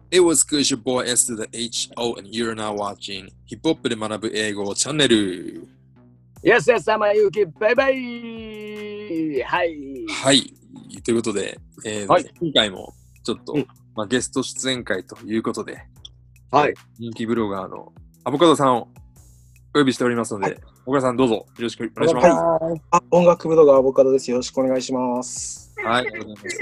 It was good, your boy S to the HO, and you're now watching ヒップホップで学ぶ英語チャンネル。 Yes, yes, 山ゆき、バイバイ。はい。 はい。ということで、 はい、 今回もちょっと、ゲスト出演会ということで、 はい、 人気ブロガーのアボカドさんをお呼びしておりますので、アボカドさんどうぞよろしくお願いします。 音楽ブロガーアボカドです。よろしくお願いします。 はい、ありがとうございます。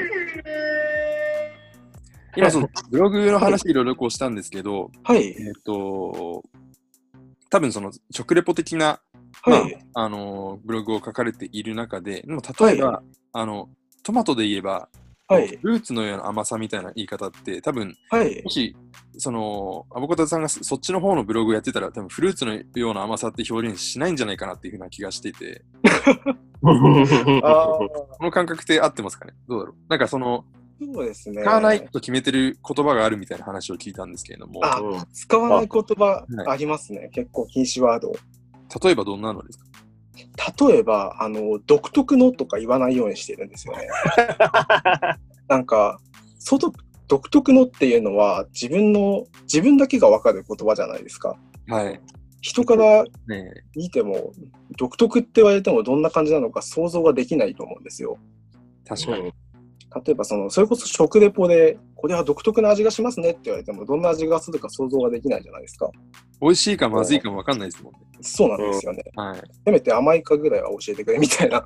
今そのブログの話いろいろこうしたんですけど、 はい。 多分その食レポ的な、 はい、 ブログを書かれている中で、例えば、トマトで言えば、 はい、 フルーツのような甘さみたいな言い方って多分、 はい、 もしそのアボカドさんがそっちの方のブログをやってたら多分フルーツのような甘さって表現しないんじゃないかなっていうふうな気がしていてこの感覚って合ってますかね。どうだろう。なんかそのそうですね。 使わないと決めてる言葉があるみたいな話を聞いたんですけれども。 使わない言葉ありますね。結構禁止ワード。 例えばどんなのですか？ 例えば、独特のとか言わないようにしてるんですよね。なんか、独特のっていうのは自分だけが分かる言葉じゃないですか。 はい。 人から見ても、独特って言われてもどんな感じなのか想像ができないと思うんですよ。 確かに。 例えばそれこそ食レポでこれは独特な味がしますねって言われてもどんな味がするか想像ができないじゃないですか。 美味しいかまずいかも分かんないですもんね。 そうなんですよね。 はい、 せめて甘いかぐらいは教えてくれみたいな。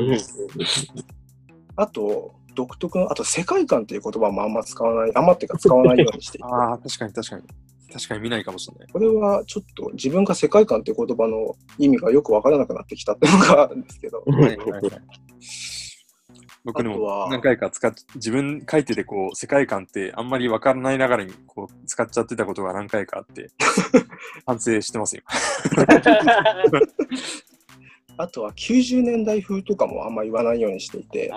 あと独特の世界観っていう言葉もあんま使わないようにしていて。 ああ、確かに見ないかもしれない。 これはちょっと自分が世界観っていう言葉の意味がよく分からなくなってきたっていうのがあるんですけど。 僕にも何回か自分書いててこう世界観ってあんまり分からないながらにこう使っちゃってたことが何回かあって反省してますよ。 あとは90年代風とかもあんま言わないようにしていて、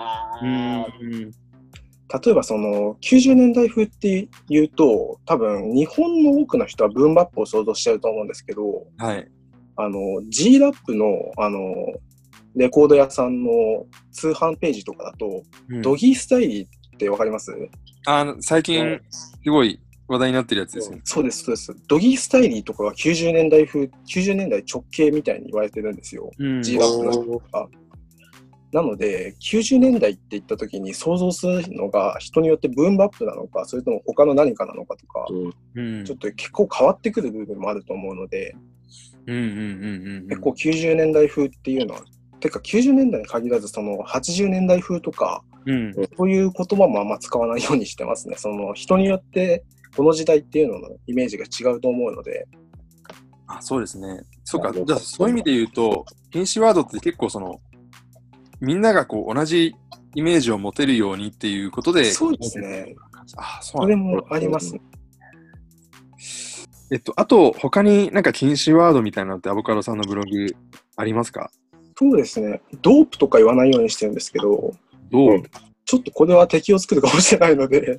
例えばその90年代風っていうと多分日本の多くの人はブーンバップを想像してると思うんですけど、 はい、 G ラップのレコード屋さんの通販ページとかだと、ドギースタイリーってわかります？ 最近すごい話題になってるやつですよね。 そうです。ドギースタイリーとかが90年代直系みたいに言われてるんですよ。G ラップの人とか。なので、90年代って言った時に想像するのが人によってブーンバップなのか、それとも他の何かなのかとか、ちょっと結構変わってくる部分もあると思うので、結構90年代風っていうのは、てか90年代に限らずその80年代風とか、そういう言葉もあんま使わないようにしてますね。その人によってこの時代っていうののイメージが違うと思うので。 あ、そうですね。そうか。じゃあそういう意味で言うと、禁止ワードって結構そのみんながこう同じイメージを持てるようにっていうことで。 そうですね。 それもありますね。 あと他になんか禁止ワードみたいなのってアボカドさんのブログありますか？ そうですね。ドープとか言わないようにしてるんですけど、ちょっとこれは敵を作るかもしれないので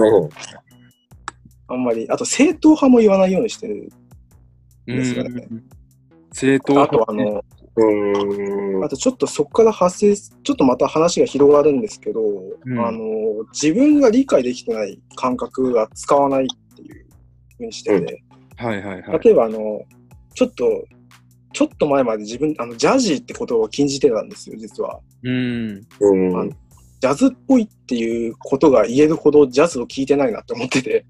あんまり。あと正統派も言わないようにしてるんですよね。 正統派。 あとちょっとそこからちょっとまた話が広がるんですけど、自分が理解できてない感覚は使わないっていうふうにしてて、例えばちょっと前まで自分ジャジーってことを禁じてたんですよ、実は。ジャズっぽいっていうことが言えるほどジャズを聴いてないなって思ってて。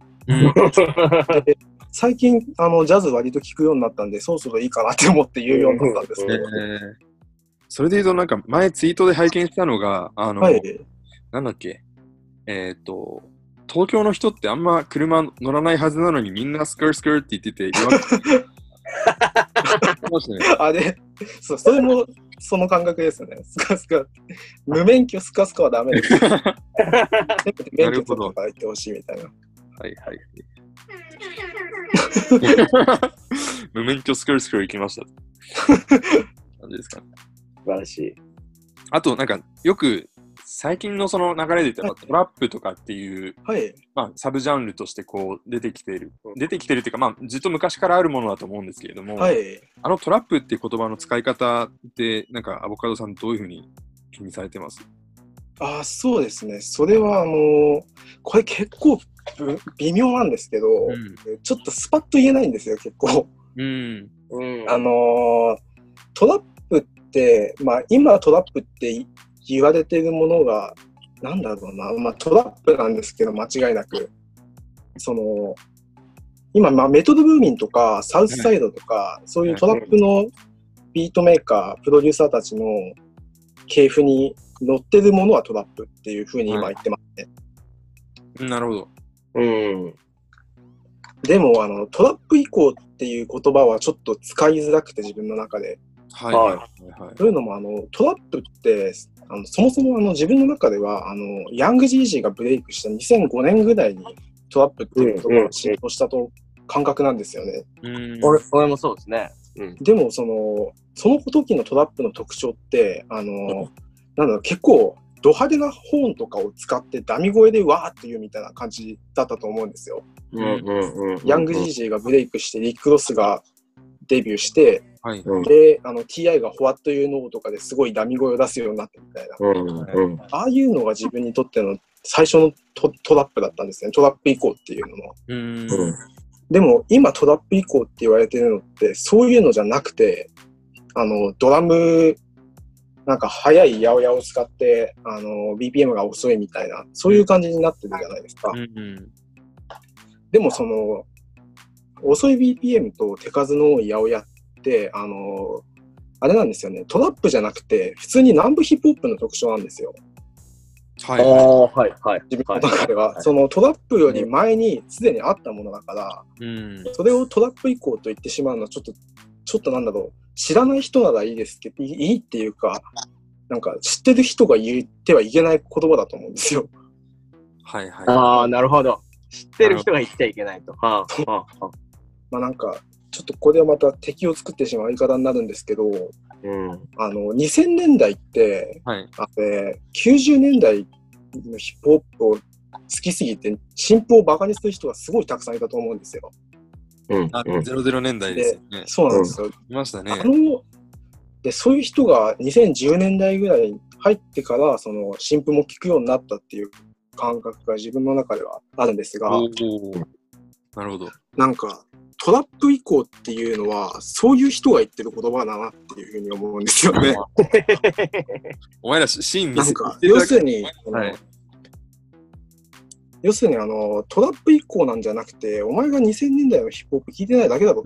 最近ジャズ割と聞くようになったんで、そろそろいいかなって思って言うようになったんですけど、 それで言うとなんか前ツイートで拝見したのがなんだっけ、東京の人ってあんま車乗らないはずなのにみんなスカースカーって言っててあれ、それもその感覚ですね。スカスカ。無免許スカスカはダメです。免許とか言ってほしいみたいな。 無免許スカースカー行きました。感じですか。 素晴らしい。 あとなんかよく最近のその流れで言ったらトラップとかっていう、サブジャンルとしてこう出てきてるっていうか、ずっと昔からあるものだと思うんですけれども、トラップっていう言葉の使い方ってなんかアボカドさんどういうふうに気にされてます？ そうですね。それは、これ結構微妙なんですけど、ちょっとスパッと言えないんですよ、結構。トラップって、今トラップって言われているものが、なんだろうな、トラップなんですけど、間違いなく。今、メトロブーミンとか、サウスサイドとか、そういうトラップのビートメーカー、プロデューサーたちの系譜に乗ってるものはトラップっていうふうに今言ってますね。なるほど。 でも、トラップ以降っていう言葉はちょっと使いづらくて、自分の中で。というのも、トラップって、そもそも自分の中では、ヤングジージーがブレイクした2005年ぐらいにトラップっていう言葉が浸透したと感覚なんですよね。 俺もそうですね。 でも、その時のトラップの特徴って、結構、ド派手なホーンとかを使ってダミ声でわーって言うみたいな感じだったと思うんですよ。ヤングジージーがブレイクして、リック・ロスがデビューして、で、TI がホワットユーノーとかですごいダミ声を出すようになってみたいな。ああいうのが自分にとっての最初のトラップだったんですね。トラップ以降っていうのも。でも、今トラップ以降って言われてるのって、そういうのじゃなくて、ドラム、速いヤオヤを使って、BPM が遅いみたいな、そういう感じになってるじゃないですか。でも、遅い BPM と手数の多いヤオヤって、あれなんですよね。トラップじゃなくて、普通に南部ヒップホップの特徴なんですよ。自分の中では。そのトラップより前にすでにあったものだから、それをトラップ以降と言ってしまうのはちょっとなんだろう。知らない人ならいいですけど、いいっていうか、知ってる人が言ってはいけない言葉だと思うんですよ。 なるほど。知ってる人が言っちゃいけないと。 ちょっとこれはまた敵を作ってしまう言い方になるんですけど、2000年代って、90年代のヒップホップを好きすぎて、新譜をバカにする人がすごいたくさんいたと思うんですよ。 00年代ですよね。 そうなんですよ。 いましたね。 で、そういう人が2010年代ぐらいに入ってから、新譜も聴くようになったっていう感覚が自分の中ではあるんですが、 なるほど。 トラップ以降っていうのは、そういう人が言ってる言葉だなっていうふうに思うんですよね。 お前らシーン見せて要するに、トラップ以降なんじゃなくて、お前が2000年代のヒップホップ聞いてないだけだろって。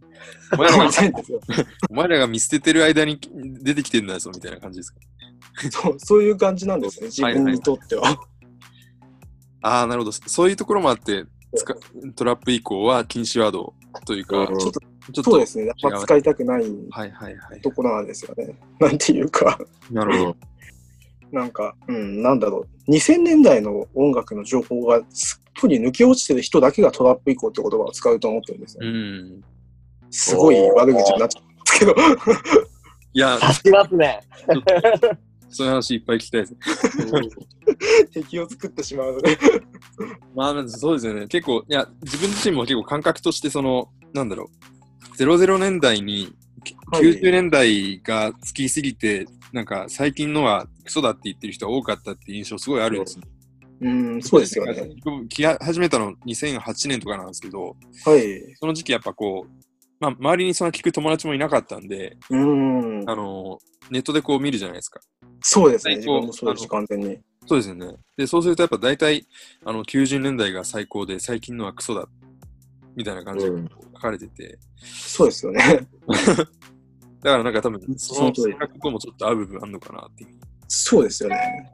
お前らが見捨ててる間に出てきてんだぞみたいな感じですか。 そういう感じなんですね、自分にとっては。 なるほど。そういうところもあって、トラップ以降は禁止ワードというか、ちょっとそうですね、やっぱ使いたくないところなんですよね。なんていうか。 なるほど。 なんだろう。2000年代の音楽の情報がすっぽり抜け落ちてる人だけがトラップ以降って言葉を使うと思ってるんですよ。すごい悪口になっちゃうんですけど。 いや、 しますね。 そういう話いっぱい聞きたいですね。 敵を作ってしまうので。 そうですよね。結構、自分自身も結構感覚として、00年代に90年代が好きすぎて、最近のはクソだって言ってる人が多かったっていう印象すごいあるんですね。 そうですよね。 来始めたの2008年とかなんですけど、その時期やっぱ周りにそんな聞く友達もいなかったんで、ネットで見るじゃないですか。 そうですね。自分もそうです、完全に。 そうですよね。で、そうするとやっぱ大体、90年代が最高で、最近のはクソだ、みたいな感じで書かれてて。 そうですよね。 だから多分、その性格ともちょっと合う部分あるのかなっていう。 そうですよね。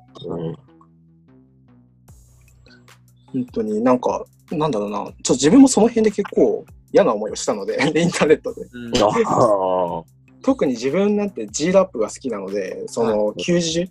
本当になんだろうな。自分もその辺で結構嫌な思いをしたので、インターネットで。特に自分なんて G ラップが好きなので、90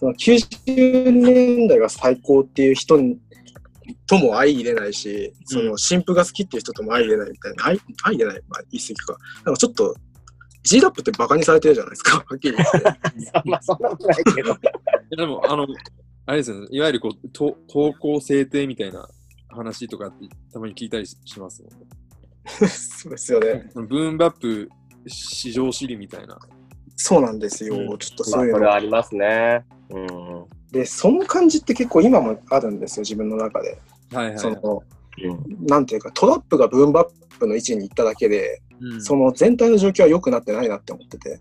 年代が最高っていう人とも相入れないし、新婦が好きっていう人とも相入れないみたいな、相入れない、言い過ぎか。ちょっと、G ラップってバカにされてるじゃないですか、はっきり言って。 そんなことないけど。 でも、あれですよね、いわゆる投稿制定みたいな話とかってたまに聞いたりしますよね。 そうですよね。 ブーンバップ市場主義みたいな。 そうなんですよ。ちょっとそういうの。 それありますね。 で、その感じって結構今もあるんですよ、自分の中で。 はいはい、 その、なんていうか、トラップがブームバップの位置に行っただけで、その全体の状況は良くなってないなって思ってて。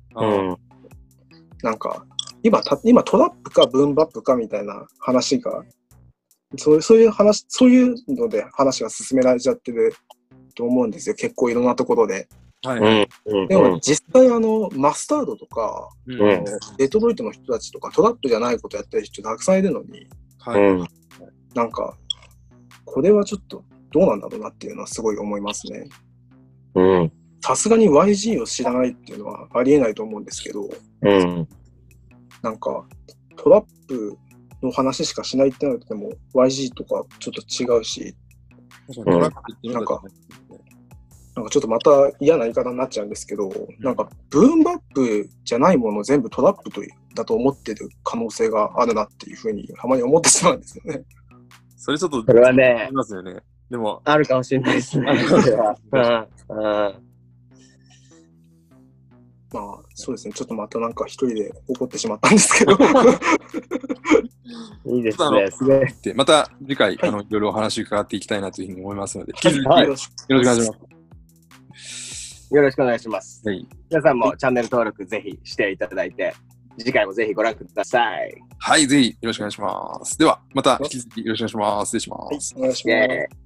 なんか、今トラップかブームバップかみたいな話が、そういうので話が進められちゃってると思うんですよ、結構いろんなところで。でも実際マスタードとか、デトロイトの人たちとかトラップじゃないことやってる人たくさんいるのに、なんか、これはちょっとどうなんだろうなっていうのはすごい思いますね。さすがに YG を知らないっていうのはありえないと思うんですけど、なんかトラップの話しかしないってなるとも YG とかちょっと違うし、なんかちょっとまた嫌な言い方になっちゃうんですけど、なんかブーンバップじゃないものを全部トラップだと思ってる可能性があるなっていうふうにたまに思ってしまうんですよね。 それちょっと、 それはね、 ありますよね。でも、 あるかもしれないですね。 まあ、そうですね。ちょっとまたなんか一人で怒ってしまったんですけど。 いいですね。 また次回、いろいろお話伺っていきたいなというふうに思いますので、引き続きよろしくお願いします。 よろしくお願いします。皆さんもチャンネル登録ぜひしていただいて、次回もぜひご覧ください。 はい、ぜひよろしくお願いします。では、また引き続きよろしくお願いします。失礼します。 お願いします。